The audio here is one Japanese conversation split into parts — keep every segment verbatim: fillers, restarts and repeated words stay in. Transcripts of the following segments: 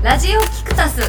ラジオキクタス。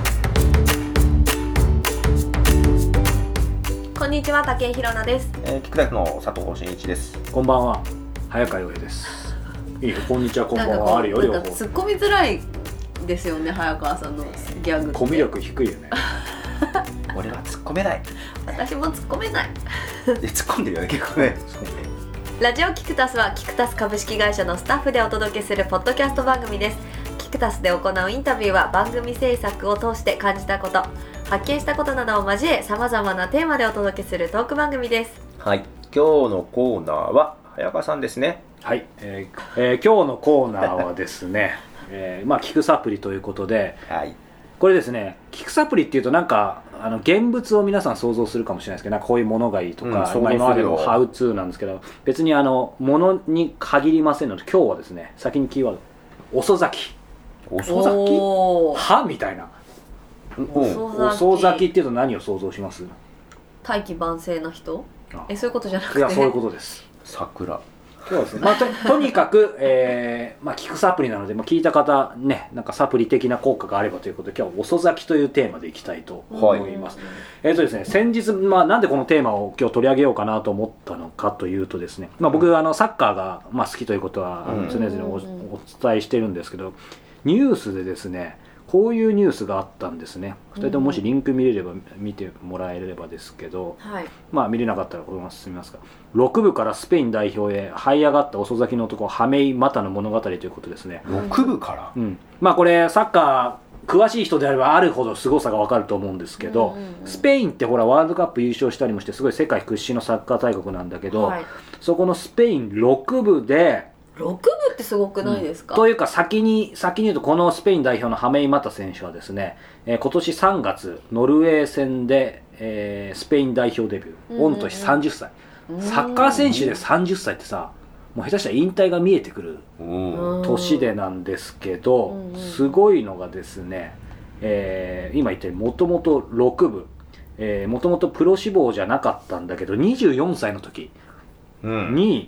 こんにちは、武井宏奈です。 えー、キクタスの佐藤真一です。 こんばんは、早川洋平です。いいよ、こんにちは、こんばんは。あるよ、両方。 突っ込みづらいですよね、早川さんのギャグって。 コミュ力低いよね。 俺は突っ込めない。 私も突っ込めない。 突っ込んでるよね、結構ね。 ラジオキクタスはキクタス株式会社のスタッフでお届けするポッドキャスト番組です。キクタスで行うインタビューは番組制作を通して感じたこと、発見したことなどを交え、さまざまなテーマでお届けするトーク番組です。 はい、今日のコーナーは早川さんですね。 はい、えーえー、今日のコーナーはですね、えー、まあ聞くサプリということで、 はい、 これですね、聞くサプリっていうとなんかあの現物を皆さん想像するかもしれないですけど、なんかこういうものがいいとか、うん、まあ、今までのハウツーなんですけど、別にあのものに限りませんので、今日はですね、先にキーワード、遅咲き。遅咲きはみたいな。遅咲きっていうと何を想像します？ 大器晩成な人？え、そういうことじゃなくて？ いや、そういうことです。 桜。 そうですね、まあ、と, とにかく、えーまあ、聞くサプリなので、まあ、聞いた方ね、なんかサプリ的な効果があればということで、今日は遅咲きというテーマでいきたいと思います。はい、えーとですね、先日、まあ、なんでこのテーマを今日取り上げようかなと思ったのかというとですね、まあ、僕、うん、あのサッカーが、まあ、好きということは常々 お,、うん、お伝えしてるんですけど、ニュースでですね、こういうニュースがあったんですね。ふたりとももしリンク見れれば見てもらえればですけど、はい、まあ見れなかったらこのまま進みますが、ろく部からスペイン代表へ這い上がった遅咲きの男、ハメイ・マタの物語ということですね。 ろく部から、 うん、まあこれサッカー詳しい人であればあるほど凄さが分かると思うんですけど、うんうんうん、スペインってほらワールドカップ優勝したりもしてすごい世界屈指のサッカー大国なんだけど、はい、そこのスペインろく部でろく部ってすごくないですか？ うん、というか先に先に言うと、このスペイン代表のハメイ・マタ選手はですね、えー、今年さんがつノルウェー戦で、えー、スペイン代表デビュー、うんうんうん、御年さんじゅっさい、サッカー選手でさんじゅっさいってさ、もう下手したら引退が見えてくる年でなんですけど、うんうん、すごいのがですね、えー、今言ったようにもともとろく部、もともとプロ志望じゃなかったんだけど、にじゅうよんさいの時に、うん、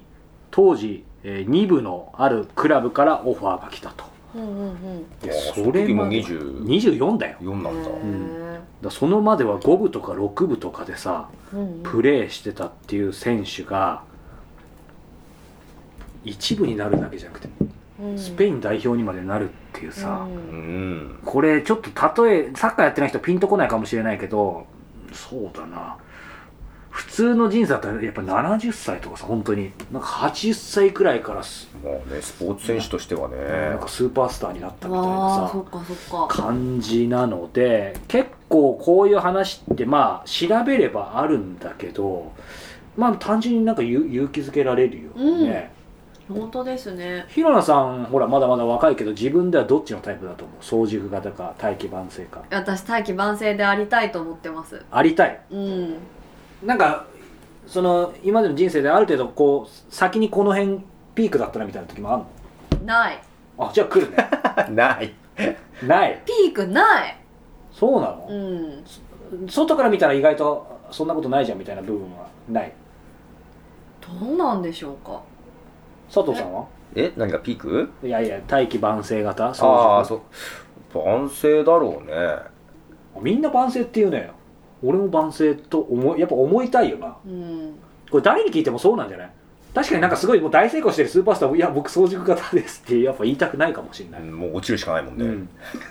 当時えー、に部のあるクラブからオファーが来たと。 うんうんうん、 でそれもにじゅうよんだよ。 よんなんだ。 うん、だそのまではご部とかろく部とかでさ、うんうん、プレーしてたっていう選手がいち部になるだけじゃなくて、うん、スペイン代表にまでなるっていうさ、うん、これちょっと例えサッカーやってない人ピンとこないかもしれないけど、そうだな、普通の人生だったらやっぱななじゅっさいとかさ、本当になんかはちじゅっさいくらいからもうね、スポーツ選手としてはね、 なんかスーパースターになったみたいなさ、 そっかそっか感じなので、結構こういう話ってまあ調べればあるんだけど、まあ単純になんか勇気づけられるよね。 うん、本当ですね。 ひろなさんほらまだまだ若いけど、自分ではどっちのタイプだと思う？早熟型か大器晩成か？ 私大器晩成でありたいと思ってます。 ありたい。 うん。 なんかその今までの人生である程度こう先にこの辺ピークだったなみたいな時もあるの？ ない。 あ、じゃあ来るね。 ないないピークない。 そうなの？うん。外から見たら意外とそんなことないじゃんみたいな部分はない？ どうなんでしょうか。 佐藤さんは？ え、何がピーク？ いやいや、大器晩成型。 ああ、そう、晩成だろうね。 みんな晩成っていうね。俺も晩成と思いやっぱ思いたいよな、うん、これ誰に聞いてもそうなんじゃない？確かになんかすごいもう大成功してるスーパースター、いや僕早熟型ですってやっぱ言いたくないかもしれない、うん、 もう落ちるしかないもんね、うん、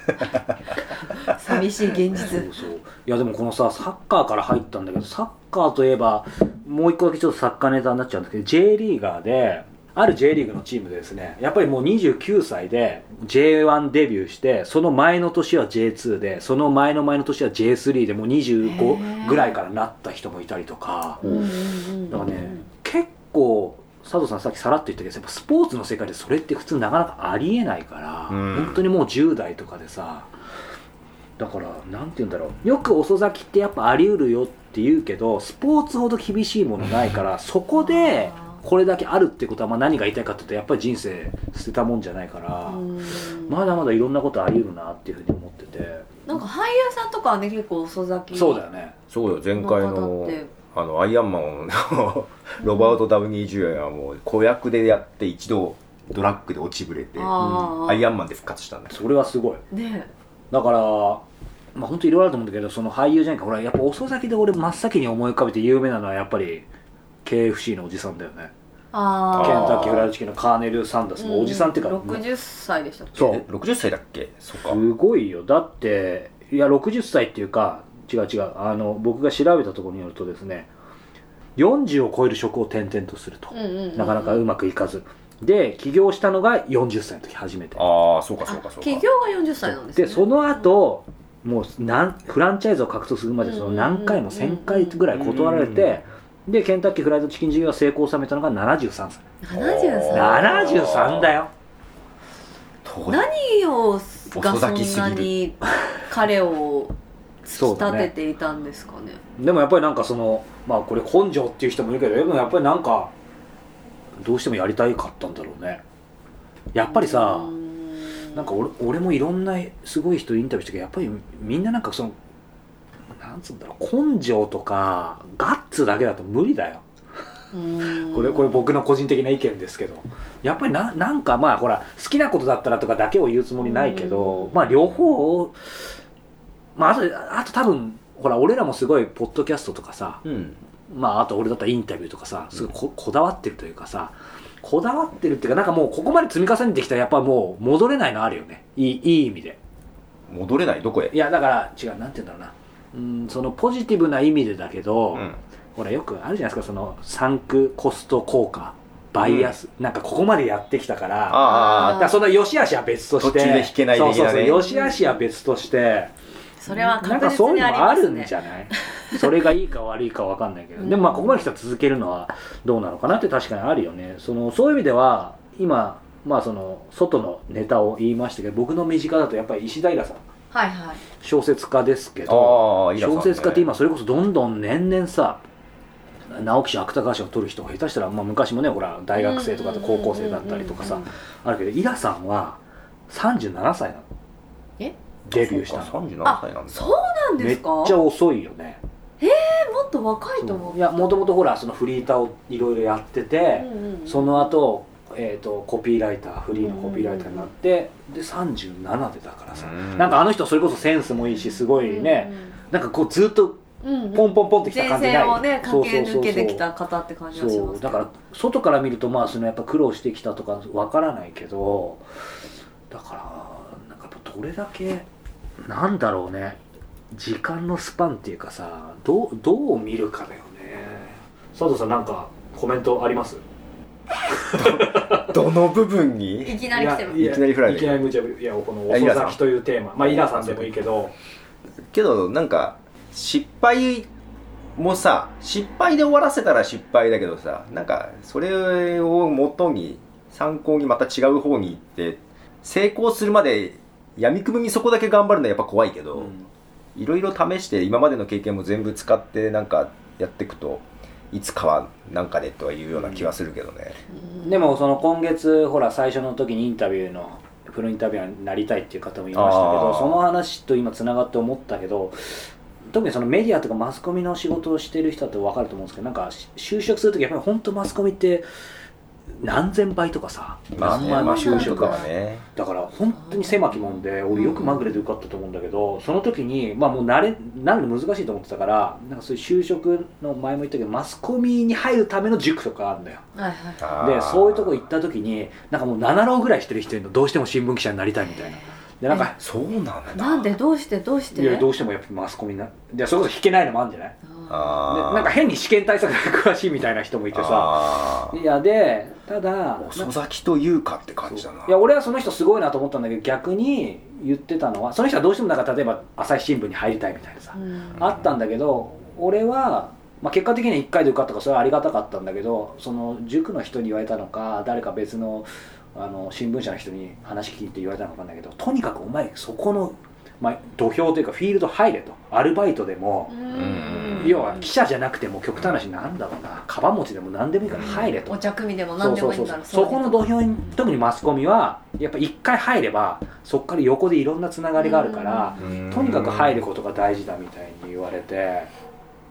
寂しい現実。 そうそう。いやでもこのさ、サッカーから入ったんだけど、サッカーといえばもう一個だけちょっとサッカーネタになっちゃうんですけど、 J リーガーである J リーグのチームでですね、やっぱりもうにじゅうきゅうさいで ジェイワン デビューして、その前の年は ジェイツー で、その前の前の年は ジェイスリー でもうにじゅうごぐらいからなった人もいたりとか、だからね、結構佐藤さんさっきさらっと言ったけど、やっぱスポーツの世界でそれって普通なかなかありえないから、うん、本当にもうじゅう代とかでさ、だからなんて言うんだろう、よく遅咲きってやっぱあり得るよって言うけど、スポーツほど厳しいものないから、そこでこれだけあるってことは、まあ何が言いたいかっていうと、やっぱり人生捨てたもんじゃないから、まだまだいろんなことあり得るなっていうふうに思ってて、 なんか俳優さんとかはね、結構遅咲き。 そうだよね。 そうよ、前回のあのアイアンマンのロバート・ダウニー・ジュニアはもう子役でやって一度ドラッグで落ちぶれて、アイアンマンで復活したんだ。 それはすごいね。 だからまあ本当いろいろあると思うんだけど、その俳優じゃないか、ほらやっぱ遅咲きで俺真っ先に思い浮かべて有名なのはやっぱり ケーエフシー のおじさんだよね。 あケンタッキーフライドチキンのカーネル・サンダースのおじさんっていうか、 ろくじゅっさいでしたっけ。 そうろくじゅっさいだっけ。そうか。 すごいよ。だっていやろくじゅっさいっていうか違う違う、あの僕が調べたところによるとですね、よんじゅうを超える職を転々とすると、 うんうんうんうん、 なかなかうまくいかずで起業したのがよんじゅっさいの時初めて。 ああそうかそうかそうか。 起業がよんじゅっさいなんですね。 でその後もうなんフランチャイズを獲得するまでその何回もせんかいぐらい断られて、でケンタッキーフライドチキン事業を成功収めたのがななじゅうさんさい。 ななじゅうさん。 ななじゅうさんだよ。 何をがそんなに彼を突き立てていたんですかね。 でもやっぱりなんかそのまあこれ根性っていう人もいるけど、でもやっぱりなんかどうしてもやりたいかったんだろうね。やっぱりさ、なんか 俺, 俺もいろんなすごい人インタビューしたけど、やっぱりみんななんかそのなんつうんだろう、根性とかガッツだけだと無理だよ。これこれ僕の個人的な意見ですけど、やっぱり な, なんかまあほら好きなことだったらとかだけを言うつもりないけど、まあ両方をまああとあと多分ほら俺らもすごいポッドキャストとかさ、うん、まああと俺だったらインタビューとかさすごい こ, こだわってるというかさ、こだわってるっていうかなんかもうここまで積み重ねてきたらやっぱもう戻れないのあるよね。いい, いい意味で戻れない。どこへ。 いやだから違う、なんて言うんだろうな、うんそのポジティブな意味でだけど、うんほらよくあるじゃないですか、そのサンクコスト効果バイアス、うん、なんかここまでやってきたからああだからその良し悪しは別として、 途中で引けない的なね、 そうそうそう良し悪しは別としてそれは確実にありますね。 なんかそういうのもあるんじゃないそれがいいか悪いか分かんないけど、うん、でもまあここまで来たら続けるのはどうなのかなって確かにあるよね。そのそういう意味では今まあその外のネタを言いましたけど、僕の身近だとやっぱり石平さん、 はいはい、 小説家ですけど、 ね、 小説家って今それこそどんどん年々さ直木賞芥川賞を取る人が下手したら、まあ、昔もねほら大学生とか高校生だったりとかさあるけど、イラさんはさんじゅうななさいなの。 えデビューしたのさんじゅうななさいなんだ。 そうなんですか。 めっちゃ遅いよね。 えー、もっと若いと思う。 いやもともとほらそのフリーターをいろいろやってて、うんうんうん、その後、えーとコピーライターフリーのコピーライターになって、うんうん、でさんじゅうななでだからさ、うん、なんかあの人それこそセンスもいいしすごいね、うんうん、なんかこうずっとポンポンポンってきた感じない。 前線をね駆け抜けてきた方って感じがします。 そうだから外から見るとまあそのやっぱ苦労してきたとかわからないけど、だからなんかやっぱどれだけなんだろうね、時間のスパンっていうかさ、どうどう見るかだよね。佐藤さんなんかコメントあります？ ど, どの部分にいきなり来てます。 いきなりフライでいきなり無茶ぶり。いやこの遅咲きというテーマ、まあイラさんでもいいけどけどなんか失敗もさ失敗で終わらせたら失敗だけどさ、なんかそれを元に参考にまた違う方に行って成功するまで闇雲にそこだけ頑張るのはやっぱ怖いけど、いろいろ試して今までの経験も全部使ってなんかやっていくといつかはなんかねとはいうような気がするけどね、 うん、でもその今月ほら最初の時にインタビューのプロインタビュアーになりたいっていう方もいましたけど、その話と今つながって思ったけど、特にそのメディアとかマスコミの仕事をしてる人だと分かると思うんですけど、なんか就職するときやっぱり本当マスコミって何千倍とかさ、何万の就職はね、だから本当に狭きもんで、俺よくまぐれで受かったと思うんだけど、その時にまあもう慣れなるの難しいと思ってたから、なんかそういう就職の前も言ったけどマスコミに入るための塾とかあるんだよ、はいはい、でそういうとこ行った時になんかもうなな浪ぐらいしてる人いるの、どうしても新聞記者になりたいみたいな。でなんかそうなんだ。 なんでどうしてどうして？ いやどうしてもやっぱりマスコミな、でそれこそ引けないのもあるんじゃない？あでなんか変に試験対策が詳しいみたいな人もいてさ、いやでただ遅咲きというかって感じだな。 いや俺はその人すごいなと思ったんだけど、逆に言ってたのはその人はどうしてもなんか例えば朝日新聞に入りたいみたいなさ、うん、あったんだけど、俺は、まあ、結果的にはいっかいで受かったからそれはありがたかったんだけど、その塾の人に言われたのか誰か別のあの新聞社の人に話聞いて言われたのか分かんないけど、とにかくお前そこの、まあ、土俵というかフィールド入れと、アルバイトでも要は記者じゃなくても極端な話なんだろうな、カバン持ちでも何でもいいから入れと、 お茶組でも何でもいいから、 そこの土俵に特にマスコミはやっぱ一回入ればそこから横でいろんなつながりがあるから、とにかく入ることが大事だみたいに言われて、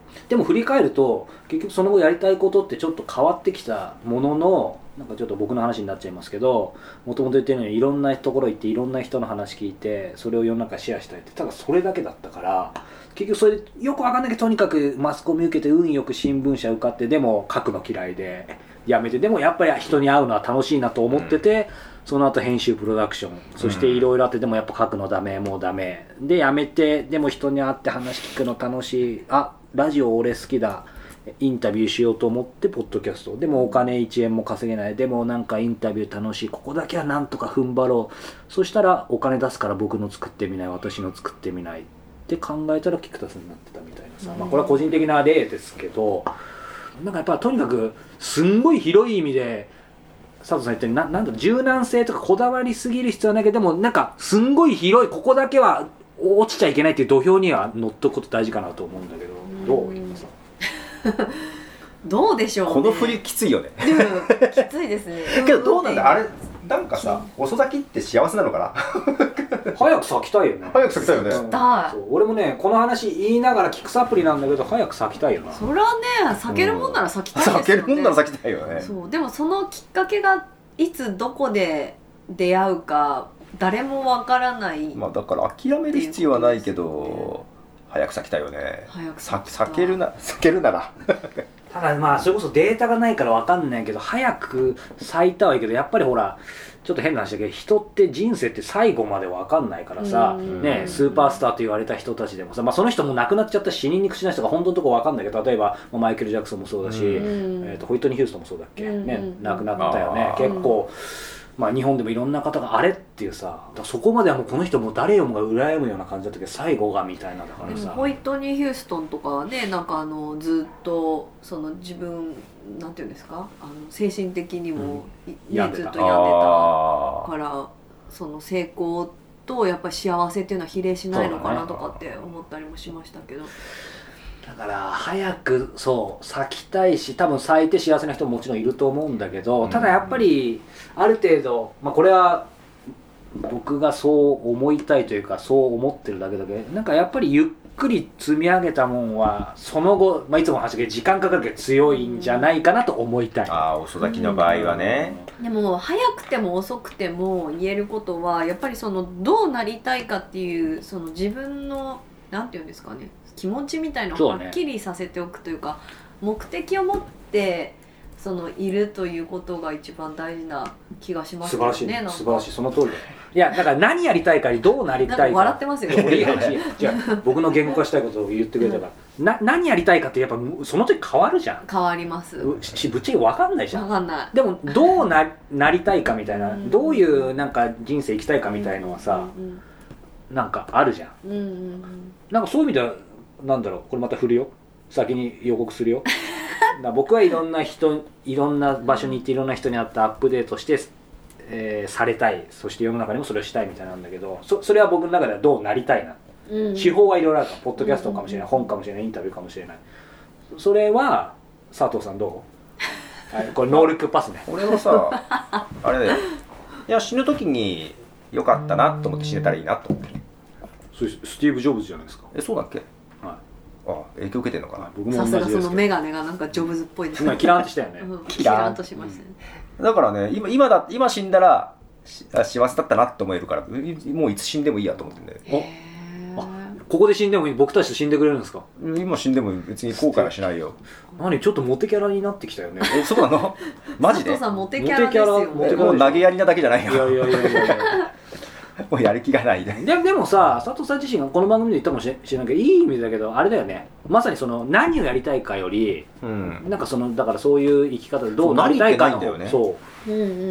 でも振り返ると結局その後やりたいことってちょっと変わってきたものの、なんかちょっと僕の話になっちゃいますけど、もともと言ってるようにいろんなところ行っていろんな人の話聞いてそれを世の中にシェアしたいって、ただそれだけだったから、結局それでよくわかんないけどとにかくマスコミ受けて運よく新聞社受かって、でも書くの嫌いでやめて、でもやっぱり人に会うのは楽しいなと思ってて、うん、その後編集プロダクション、そしていろいろあって、でもやっぱ書くのダメ、もうダメでやめて、でも人に会って話聞くの楽しい、あラジオ俺好きだ、インタビューしようと思ってポッドキャストでもお金いちえんも稼げない、でもなんかインタビュー楽しい、ここだけはなんとか踏ん張ろう、そしたらお金出すから僕の作ってみない、私の作ってみないって考えたらキクタスになってたみたいなさ、まあ、これは個人的な例ですけど、なんかやっぱとにかくすんごい広い意味で佐藤さん言ったように な, なんだろう柔軟性とかこだわりすぎる必要はないけど、でもなんかすんごい広い、ここだけは落ちちゃいけないっていう土俵には乗っとくこと大事かなと思うんだけど、どう今さどうでしょうね。 この振りきついよねきついですねけどどうなんだあれ、なんかさ遅咲きって幸せなのかな早く咲きたいよね。 早く咲きたいよね。 咲きたい。 そう俺もねこの話言いながら聞くサプリなんだけど、早く咲きたいよな。 それはね、咲けるもんなら咲きたいですよね、 咲けるもんなら咲きたいよね。 そうでもそのきっかけがいつどこで出会うか誰もわからない、 まあだから諦める必要はないけど、早く咲きたいよね。 早く咲きたい。 咲けるな咲けるならただまあそれこそデータがないから分かんないけど、早く咲いたはいいけど、やっぱりほらちょっと変な話だけど、人って人生って最後まで分かんないからさ、ね、スーパースターと言われた人たちでもさ、まあ、その人も亡くなっちゃったし死人に口な人が本当のところ分かんないけど、例えばマイケル・ジャクソンもそうだし、えー、とホイットニー・ヒューストンもそうだっけ、ね、亡くなったよね。結構まあ、日本でもいろんな方があれっていうさ、だそこまではもうこの人も誰よもが羨むような感じだったけど、最後がみたいなだからさ、 ホイットニー・ヒューストンとかはね、なんかあのずっとその自分なんていうんですか、あの精神的にも、うん、ね、ずっと病んでたからその成功とやっぱり幸せっていうのは比例しないのかなとかって思ったりもしましたけど、 だから早くそう咲きたいし、多分咲いて幸せな人ももちろんいると思うんだけど、ただやっぱりある程度、まあ、これは僕がそう思いたいというかそう思ってるだけだけど、なんかやっぱりゆっくり積み上げたもんはその後、まあ、いつも話だけど時間かかるけど強いんじゃないかなと思いたい。 ああ遅咲きの場合はね、 うん、でも早くても遅くても言えることはやっぱりそのどうなりたいかっていうその自分のなんていうんですかね、気持ちみたいなのをはっきりさせておくというか、目的を持ってそのいるということが一番大事な気がしますよね。 素晴らしい、素晴らしい、その通りだよ。いやだから何やりたいかにどうなりたいか、 なんか笑ってますよね。 俺いい話じゃあ僕の言語化したいことを言ってくれたから、うん、な何やりたいかってやっぱその時変わるじゃん。 変わります。 ぶっちゃけ分かんないじゃん。 分かんない。 でもどう な, なりたいかみたいな、うん、どういうなんか人生生きたいかみたいのはさ、うんうんうん、なんかあるじゃん、うんうんうん、なんかそういう意味ではなんだろう、これまた振るよ、先に予告するよだ僕はいろんな人いろんな場所に行っていろんな人に会ってアップデートして、えー、されたい、そして世の中にもそれをしたいみたいなんだけど、 そ, それは僕の中ではどうなりたいな、うん、手法はいろいろあるから、ポッドキャストかもしれない、本かもしれない、インタビューかもしれない、それは佐藤さんどうはい、これノールックパスね。 俺はさあれだよ、いや死ぬ時によかったなと思って死ねたらいいなと思ってる。 それスティーブ・ジョブズじゃないですか。 え、そうだっけ。 はい、 あ、影響受けてんのかな。 僕も同じですけど、 さすがそのメガネがなんかジョブズっぽいですね。 キラーンとしたよね、 うん、キラーンとしましたね、 うん、だからね 今, 今, だ今死んだら幸せだったなって思えるから、もういつ死んでもいいやと思ってんだよ。 あ、ここで死んでもいい、僕たちと死んでくれるんですか。 今死んでも別に後悔はしないよ。 何、ちょっとモテキャラになってきたよね。 え、そうなのマジで。 佐藤さんモテキャラですよね。 もう投げやりなだけじゃないよ。 いやいやいやいやいやもうやる気がないで。 で, でもさ、佐藤さん自身がこの番組で言ったかもしれないけど、いい意味だけどあれだよね、まさにその何をやりたいかより、うん、なんかそのだからそういう生き方でどうなりたいかの、そう、うんうんうんうん、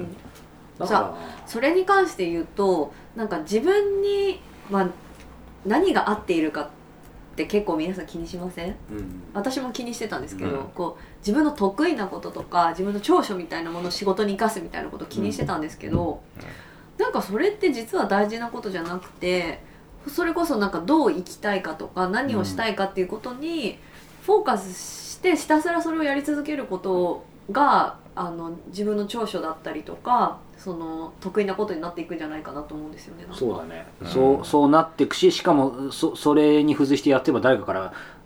だからそれに関して言うと、なんか自分に、まあ、何が合っているかって結構皆さん気にしません？うん、私も気にしてたんですけど、うん、こう自分の得意なこととか自分の長所みたいなものを仕事に生かすみたいなことを気にしてたんですけど、うんうん、なんかそれって実は大事なことじゃなくて、それこそなんかどう生きたいかとか何をしたいかっていうことにフォーカスしてひたすらそれをやり続けることがあの自分の長所だったりとかその得意なことになっていくんじゃないかなと思うんですよね。なんかそうだね、うん、そう、そうなっていくし、しかも そ, それに付随してやってれば誰かから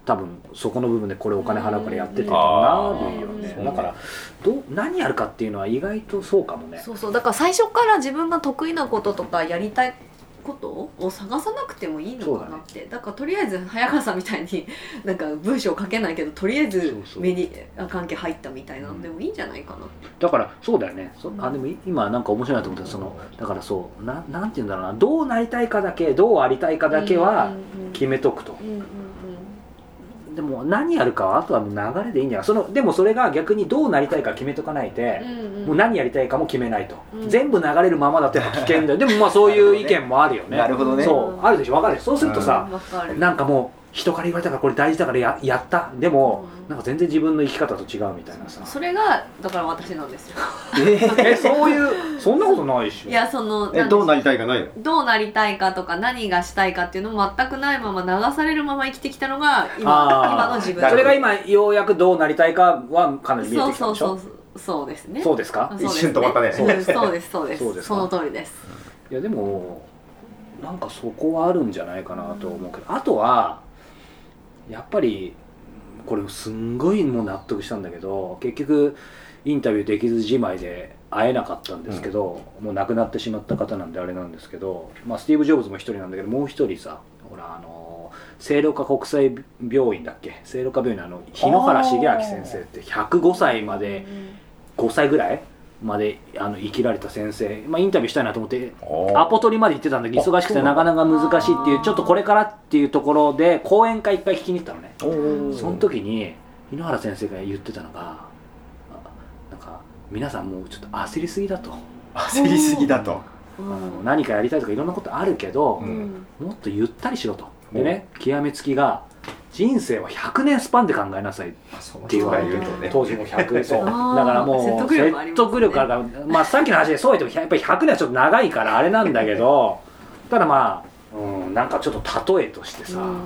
多分そこの部分でこれお金払うからやってってなるよね。だからどう何やるかっていうのは意外とそうかもね。 そうそう、だから最初から自分が得意なこととかやりたいことを探さなくてもいいのかなって。 だ,、ね、だからとりあえず早川さんみたいになんか文章書けないけどとりあえず目に関係入ったみたいなのでもいいんじゃないかな、うん、 だからそうだよね。そあでも今なんか面白いなと思ったそのだからそうななんて言うんだろうな、どうなりたいかだけどうありたいかだけは決めとくと、うんうんうんうん、でも何やるかはあとはもう流れでいいんじゃない。そのでもそれが逆にどうなりたいか決めとかないで、うんうん、もう何やりたいかも決めないと、うん、全部流れるままだとやっぱ危険だよでもまあそういう意見もあるよね。 なるほどね。 そうあるでしょ、分かるでしょ。そうするとさ、うん、なんかもう人から言われたからこれ大事だから や, やったでも、うん、なんか全然自分の生き方と違うみたいなさ。 それがだから私なんですよえそういうそんなことないし。 いやそのえどうなりたいかないの。 どうなりたいかとか何がしたいかっていうのも全くないまま流されるまま生きてきたのが 今, 今の自分。 それが今ようやくどうなりたいかはかなり見えてきたでしょ。 そうそうそうそうですね。 そうですか。 そうですね、 一瞬止まったね。 そうですそうですそうです。そうですその通りです。 いやでもなんかそこはあるんじゃないかなと思うけど、うん、あとはやっぱりこれすんごいもう納得したんだけど、結局インタビューできずじまいで会えなかったんですけど、うん、もう亡くなってしまった方なんであれなんですけど、まあ、スティーブ・ジョブズも一人なんだけどもう一人さ、ほらあの聖路加国際病院だっけ、聖路加病院のあの日野原重明先生ってひゃくごさいまでごさいぐらいまであの生きられた先生、まあ、インタビューしたいなと思ってアポ取りまで行ってたんだけど忙しくてなかなか難しいっていう、ちょっとこれからっていうところで講演会いっかい聞きに行ったのね。その時に日野原先生が言ってたのが、なんか皆さんもうちょっと焦りすぎだと。 焦りすぎだと。 あの何かやりたいとかいろんなことあるけど、うん、もっとゆったりしろと。でね、極めつきが人生はひゃくねんスパンで考えなさいって言われる、ね、当時もひゃくそうだからもう説得力あるから、まあ、さっきの話でそう言ってもやっぱりひゃくねんはちょっと長いからあれなんだけどただまあ、うん、なんかちょっと例えとしてさ、だから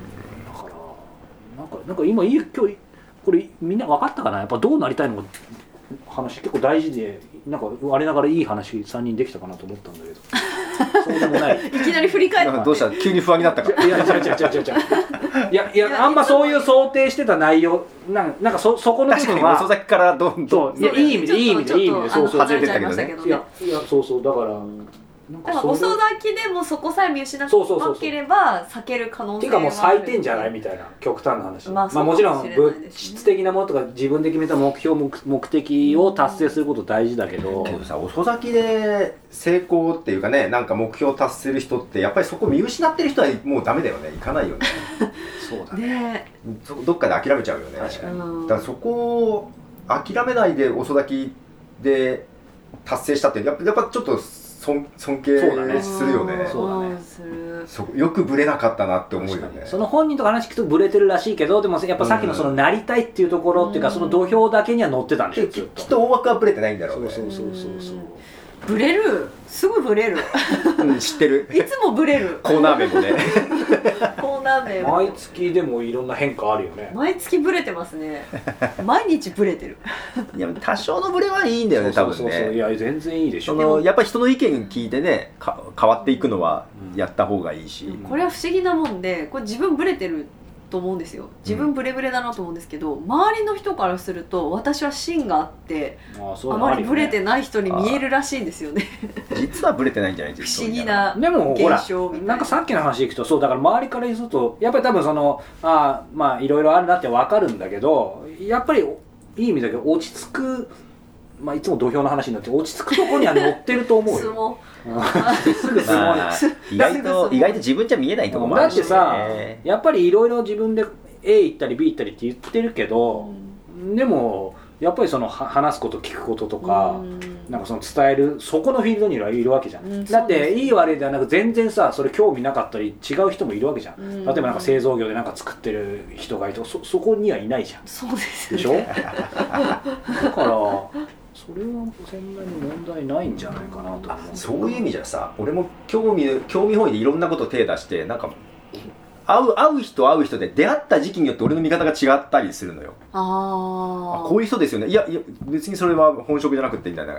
なんかなんか今いい今日これみんな分かったかな。やっぱどうなりたいのか話結構大事で、なんか我ながらいい話さんにんできたかなと思ったんだけどそうでもない。 いきなり振り返ってどうした急に不安になったか。 いや違う違う違う違う違ういやいやあんまそういう想定してた内容なんなんか そ, そこの部分は遅咲きからどんどんいやいい意味でいい意味でいい意味でそうそう外れてたけどね。 いやいやそうそうだからなんか遅咲きでもそこさえ見失ってなければ避ける可能性はある。ていうかもう咲いてんじゃないみたいな極端な話。まあ、まあ、もちろん物質的なものとか自分で決めた目標 目, 目的を達成すること大事だけど、 けどさ遅咲きで成功っていうかね、なんか目標を達成する人ってやっぱりそこ見失ってる人はもうダメだよね。いかないよねそうだね。 どっかで諦めちゃうよね。確かに。だからそこを諦めないで遅咲きで達成したってやっぱ、やっぱちょっと尊敬するよね。 そうだね。 そよくブレなかったなって思うよね。 その本人とか話聞くとブレてるらしいけど、でもやっぱさっきのそのなりたいっていうところっていうか、その土俵だけには乗ってたんでしょ。 きっと大枠はブレてないんだろうね。 そうそうそうそうそう。 ブレる、すぐブレる、 うん、知ってる。 いつもブレる。 コーナー名もねコーナー名も毎月でもいろんな変化あるよね。 毎月ブレてますね。毎日ブレてる。 いや多少のブレはいいんだよね。多分ね。そうそうそう、 いや全然いいでしょ。 そのやっぱり人の意見聞いてねか変わっていくのはやった方がいいし、 うん、これは不思議なもんで、これ自分ブレてると思うんですよ。自分ブレブレだなと思うんですけど、うん、周りの人からすると私は芯があって あ, あ, あまりブレてない人に見えるらしいんですよね。 実はブレてないんじゃない。 不思議な現象みたいな。 でもほらなんかさっきの話でいくとそうだから周りからするとやっぱり多分そのあまあいろいろあるなって分かるんだけど、やっぱりいい意味だけど落ち着く、まあいつも土俵の話になって落ち着くところには乗ってると思うよ。すぐ相撲に意外と意外と自分じゃ見えないところもあるし、ね、 だってさやっぱりいろいろ自分で A 行ったり B 行ったりって言ってるけど、うん、でもやっぱりその話すこと聞くこととか、うん、なんかその伝えるそこのフィールドにはいるわけじゃん、うん、だっていい悪いではなく全然さそれ興味なかったり違う人もいるわけじゃん、うん、例えばなんか製造業でなんか作ってる人がいて そ, そこにはいないじゃん。 そうですよね。 でしょだからそれはそんなに問題ないんじゃないかなと思う。 そういう意味じゃさ、俺も興味興味本位でいろんなこと手出してなんか会う会う人会う人で出会った時期によって俺の見方が違ったりするのよ。ああこういう人ですよね。いやいや別にそれは本職じゃなくてみたいな。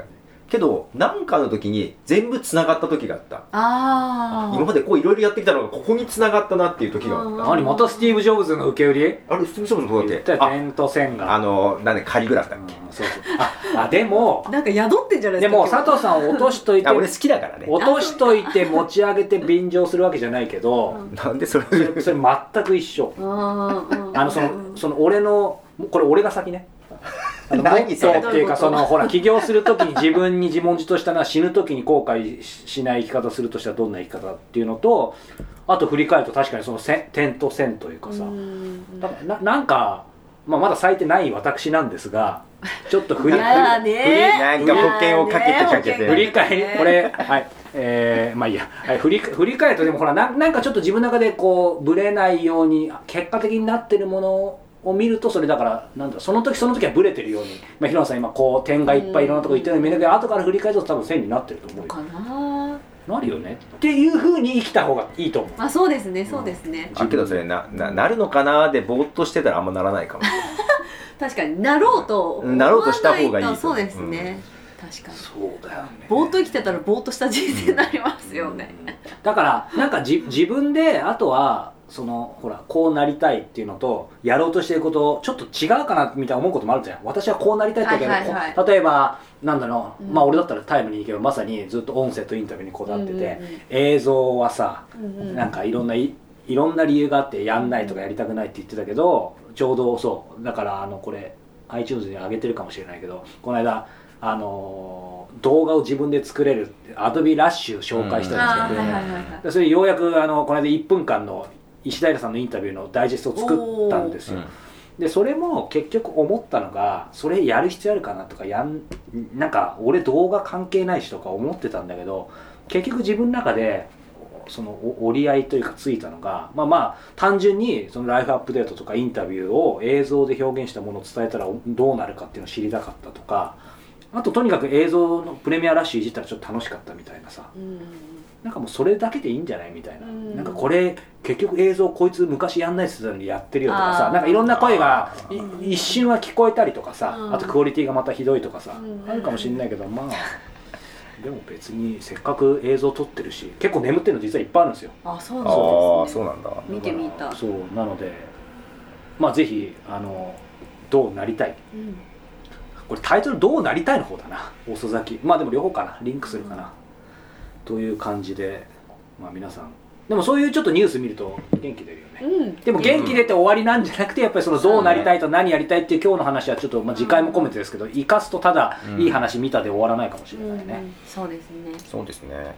けど何かの時に全部つながった時があった。 あ今までこういろいろやってきたのがここにつながったなっていう時があった。 何またスティーブ・ジョブズの受け売り？ あれスティーブ・ジョブズのことだっけ？ 点と線があのなんでカリグラフだっけ、 うん、そうそうああでもなんか宿ってんじゃないですか。 でも佐藤さん落としといてあ俺好きだからね。 落としといて持ち上げて便乗するわけじゃないけど、 うんなんでそれそれそれ全く一緒。 ああのそのその俺のこれ俺が先ね。あの何それモットーっていうかそのほら起業するときに自分に自問自答したのは死ぬときに後悔しない生き方をするとしたらどんな生き方っていうのと、あと振り返ると確かにその線点と線というかさ、だからななんか、まあ、まだ咲いてない私なんですがちょっと振りやねなんか保険をかけてかけて振り返りこれはいえー、まあいいや、はい、振り振り返るとでもほらななんかちょっと自分の中でこうブレないように結果的になってるものをを見るとそれだからなんだその時その時はブレてるように、まあ、平野さん今こう点がいっぱいいろんなところ行ってるように見えるけど後から振り返ると多分線になってると思うよかななるよねっていう風に生きた方がいいと思う。 あそうですねそうですね、 あけどそれな な, なるのかなでぼーっとしてたらあんまならないかも確かになろうと思わないとなろうとした方がいいとそうですね、うん、確かにそうだよねぼーっと生きてたらぼーっとした人生になりますよね、 うん、だからなんかじ自分であとはそのほらこうなりたいっていうのとやろうとしていることちょっと違うかなみたいな思うこともあるじゃん。私はこうなりたいって言うけど、はいはいはい、例えばなんだろう、うん、まあ俺だったらタイムに行けばまさにずっと音声とインタビューにこだわってて、うんうんうん、映像はさ、うんうん、なんかいろんないいろんな理由があってやんないとかやりたくないって言ってたけど、ちょうどそうだからあのこれ iTunes に上げてるかもしれないけどこの間あのー、動画を自分で作れる Adobe ラッシュ紹介したんですけど、ね、うん、それようやくあのこの間いっぷんかんの石平さんのインタビューのダイジェストを作ったんですよ、うん、でそれも結局思ったのがそれやる必要あるかなとかやんなんか俺動画関係ないしとか思ってたんだけど結局自分の中でその折り合いというかついたのがまあまあ単純にそのライフアップデートとかインタビューを映像で表現したものを伝えたらどうなるかっていうのを知りたかったとかあととにかく映像のプレミアラッシュいじったらちょっと楽しかったみたいなさ、うん、なんかもうそれだけでいいんじゃないみたいな、うん、なんかこれ結局映像こいつ昔やんないっつってたのにやってるよとかさなんかいろんな声が一瞬は聞こえたりとかさ、うん、あとクオリティがまたひどいとかさ、うん、あるかもしれないけどまあでも別にせっかく映像撮ってるし結構眠ってるの実はいっぱいあるんですよ。 あそうなんですね。 あそうなんだ。 見てみた。 そうなのでまあぜひあのどうなりたい、うん、これタイトルどうなりたいの方だな遅咲きまあでも両方かなリンクするかな、うん、という感じでまあ皆さんでもそういうちょっとニュース見ると元気出るよね、うん、でも元気出て終わりなんじゃなくてやっぱりそのどうなりたいと何やりたいっていう今日の話はちょっとまあ次回も込めてですけど生かすとただいい話見たで終わらないかもしれないね、うんうん、 そうですねそうですね。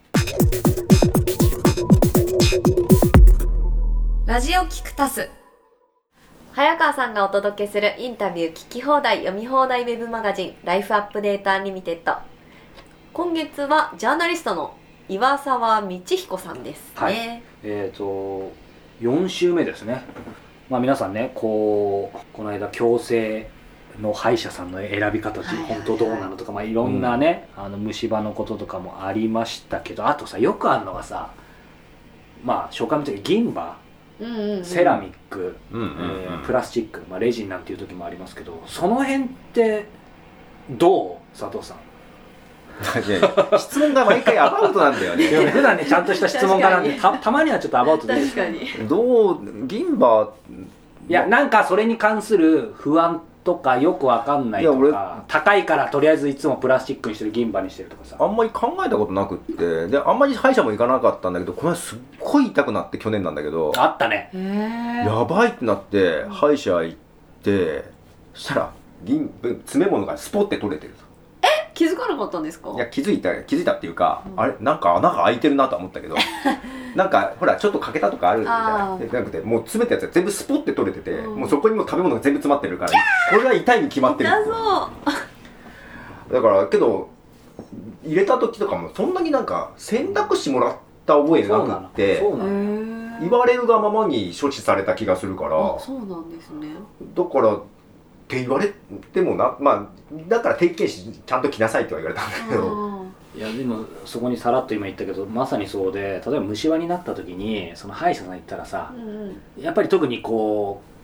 ラジオキクタス早川さんがお届けするインタビュー聞き放題読み放題ウェブマガジンライフアップデータアンリミテッド。今月はジャーナリストの岩沢道彦さんですね、はい、 えーとよん週目ですね。まあ皆さんねこうこの間矯正の歯医者さんの選び方って本当どうなのとか、まあいろんなね、うん、あの虫歯のこととかもありましたけどあとさよくあるのがさまあ紹介の時銀歯うんうんうん、セラミック、うんうんうんえー、プラスチック、まあ、レジンなんていう時もありますけどその辺ってどう佐藤さんいやいや質問が毎回アバウトなんだよね普段ねちゃんとした質問がなんで た, たまにはちょっとアバウトで確かにどう銀歯いやなんかそれに関する不安とかよくわかんないとか高いからとりあえずいつもプラスチックにしてる銀歯にしてるとかさあんまり考えたことなくってであんまり歯医者も行かなかったんだけどこの間すっごい痛くなって去年なんだけどあったねやばいってなって歯医者行ってそしたら銀詰め物がスポッて取れてるえ気づかなかったんですか。 いや気づいた気づいたっていうか、うん、あれなんか穴が開いてるなとは思ったけどなんかほらちょっと欠けたとかあるみたいなじゃなくてもう詰めたやつが全部スポッて取れてて、うん、もうそこにもう食べ物が全部詰まってるからこれは痛いに決まってるだからけど入れた時とかもそんなになんか選択肢もらった覚えがなくって言われるがままに処置された気がするからそうなんですねだからって言われてもなまあだから定期検診ちゃんと来なさいっては言われたんだけどいやでもそこにさらっと今言ったけどまさにそうで例えば虫歯になった時にその歯医者さん行ったらさ、うんうん、やっぱり特にこう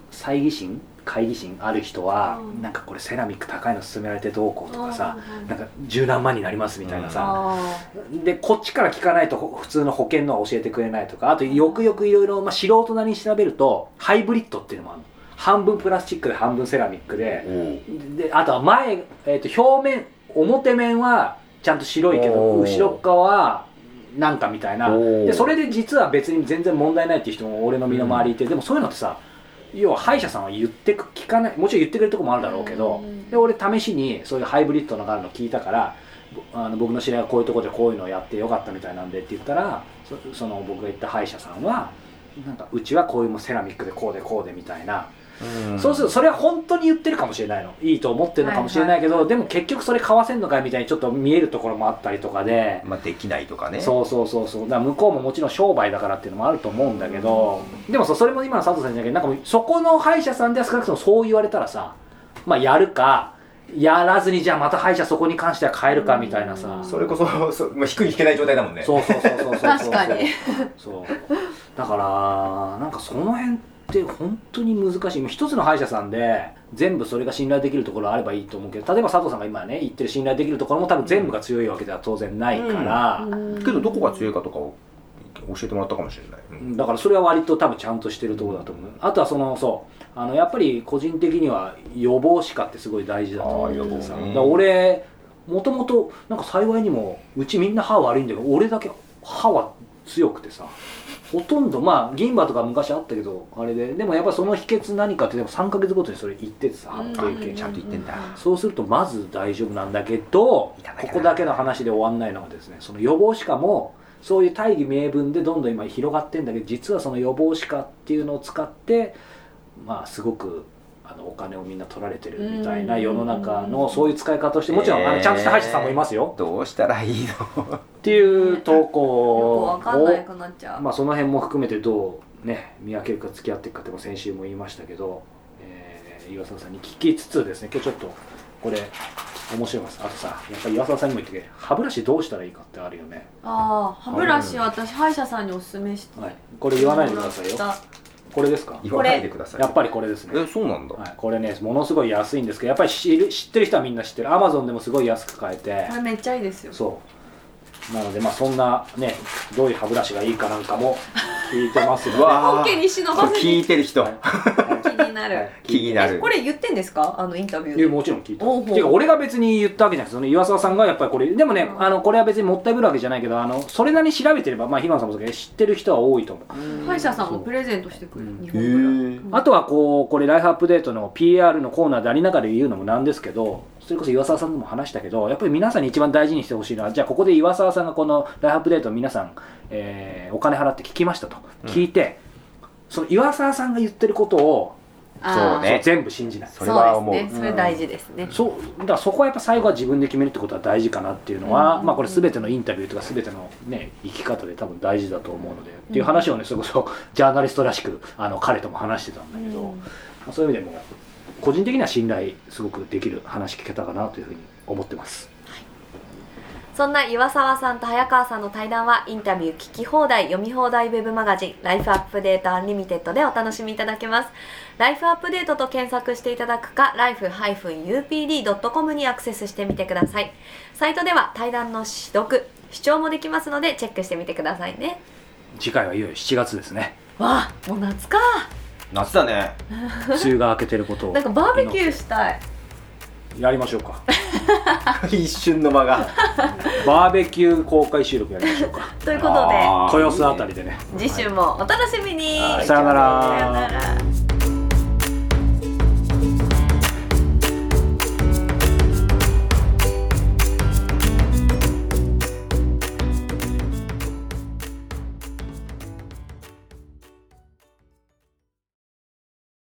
猜疑心会議心ある人は、 うん、 なんかこれセラミック高いの勧められてどうこうとかさ、 うん、 なんか十何万になりますみたいなさ、 うん、 でこっちから聞かないと普通の保険のは教えてくれないとか、あとよくよくいろいろ素人なりに調べるとハイブリッドっていうのもあるの。半分プラスチックで半分セラミックで、であとは前、えー、と表面表面はちゃんと白いけど後ろ側はなんかみたいな。でそれで実は別に全然問題ないっていう人も俺の身の回りいて、うん、でもそういうのってさ、要は歯医者さんは言ってく聞かない、もちろん言ってくれるとこもあるだろうけど、うん、で俺試しにそういうハイブリッドのがあるの聞いたから、あの僕の知り合いがこういうところでこういうのをやってよかったみたいなんでって言ったら、 そ, その僕が言った歯医者さんはなんかうちはこういうもセラミックでこうでこうでみたいな。うん、そうするとそれは本当に言ってるかもしれないの、いいと思ってるのかもしれないけど、はいはい、でも結局それ買わせんのかみたいにちょっと見えるところもあったりとかで、 まあ、できないとかね。 そうそうそうそう、だから向こうももちろん商売だからっていうのもあると思うんだけど、でもそれも今の佐藤さんじゃなくて、なんかもうそこの歯医者さんでは少なくともそう言われたらさ、まあやるかやらずにじゃあまた歯医者そこに関しては変えるかみたいなさ、 それこそそ、まあ、引くに引けない状態だもんね。 そうそうそうそうそう確かにそうだからなんかその辺って本当に難しい。一つの歯医者さんで全部それが信頼できるところあればいいと思うけど、例えば佐藤さんが今ね言ってる信頼できるところも多分全部が強いわけでは当然ないから、 うんうん、けどどこが強いかとかを教えてもらったかもしれない、うん、 だからそれは割と多分ちゃんとしてるところだと思う。あとはそのそうあのやっぱり個人的には予防歯科ってすごい大事だと思うんですよ。だから俺もともとなんか幸いにもうちみんな歯悪いんだけど俺だけ歯は強くてさ、ほとんどまあ銀歯とか昔あったけどあれで、でもやっぱその秘訣何かってでもさんかげつごとにそれ言っててさ、 うん、ちゃんと言ってんだ。 そうするとまず大丈夫なんだけど、ここだけの話で終わんないのがですね、その予防歯科もそういう大義名分でどんどん今広がってんだけど、実はその予防歯科っていうのを使ってまあすごくあのお金をみんな取られてるみたいな世の中のそういう使い方をして、もちろんあのちゃんとした歯医者さんもいますよ。 どうしたらいいのっていう投稿を、 よくわかんなくなっちゃう。 まあその辺も含めてどうね見分けるか付き合っていくかっても先週も言いましたけど、えー、岩沢さんに聞きつつですね、今日ちょっとこれ面白いです。あとさ、やっぱり岩沢さんにも言ってけ歯ブラシどうしたらいいかってあるよね。 ああ、歯ブラシは私歯医者さんにおすすめして、 はい、これ言わないでくださいよ。これですか？ 言わないでください。 やっぱりこれですね。 え、そうなんだ。 はい、これねものすごい安いんですけど、やっぱり知る知ってる人はみんな知ってる。アマゾンでもすごい安く買えて。 これめっちゃいいですよ。 そうなのでまあそんなねどういう歯ブラシがいいかなんかも聞いてますよね。 わー、に忍ばせに聞いてる人、はい気になる、はい、 気になる。 これ言ってんですか、あのインタビューで？ もちろん聞いた。ていうか俺が別に言ったわけじゃないですよね。岩沢さんがやっぱりこれでもね、うん、あのこれは別にもったいぶるわけじゃないけど、あのそれなりに調べてればまあひまさんもそうだけど知ってる人は多いと思う。 歯医者さんもプレゼントしてくれる、 うん、 日本ブラ、 うん、あとはこうこれライフアップデートの ピーアール のコーナーでありながら言うのもなんですけど、それこそ岩沢さんとも話したけど、やっぱり皆さんに一番大事にしてほしいのは、じゃあここで岩沢さんがこのライフアップデートを皆さん、えー、お金払って聞きましたと、うん、聞いてその岩沢さんが言ってることをそうね、 全部信じない。 それは思う。そうですね、それ大事ですね、うん、 そうだからそこはやっぱ最後は自分で決めるってことは大事かなっていうのは、うん、まあこれ全てのインタビューとか全てのね生き方で多分大事だと思うので、うん、っていう話をねそれこそジャーナリストらしくあの彼とも話してたんだけど、うんまあ、そういう意味でも個人的には信頼すごくできる話し方かなというふうに思ってます。 そんな岩沢さんと早川さんの対談はインタビュー聞き放題読み放題ウェブマガジンライフアップデートアンリミテッドでお楽しみいただけます。ライフアップデートと検索していただくか ライフ ユーピーディー ドットコム にアクセスしてみてください。サイトでは対談の視読視聴もできますのでチェックしてみてくださいね。 次回はいよいよしちがつですね。 わあ、もう夏か。 夏だね。 梅雨が明けてることをなんかバーベキューしたい。 やりましょうか。 一瞬の間がバーベキュー公開収録やりましょうか。 ということで豊洲あたりでね、 次週もお楽しみに。 さよなら。 さよなら。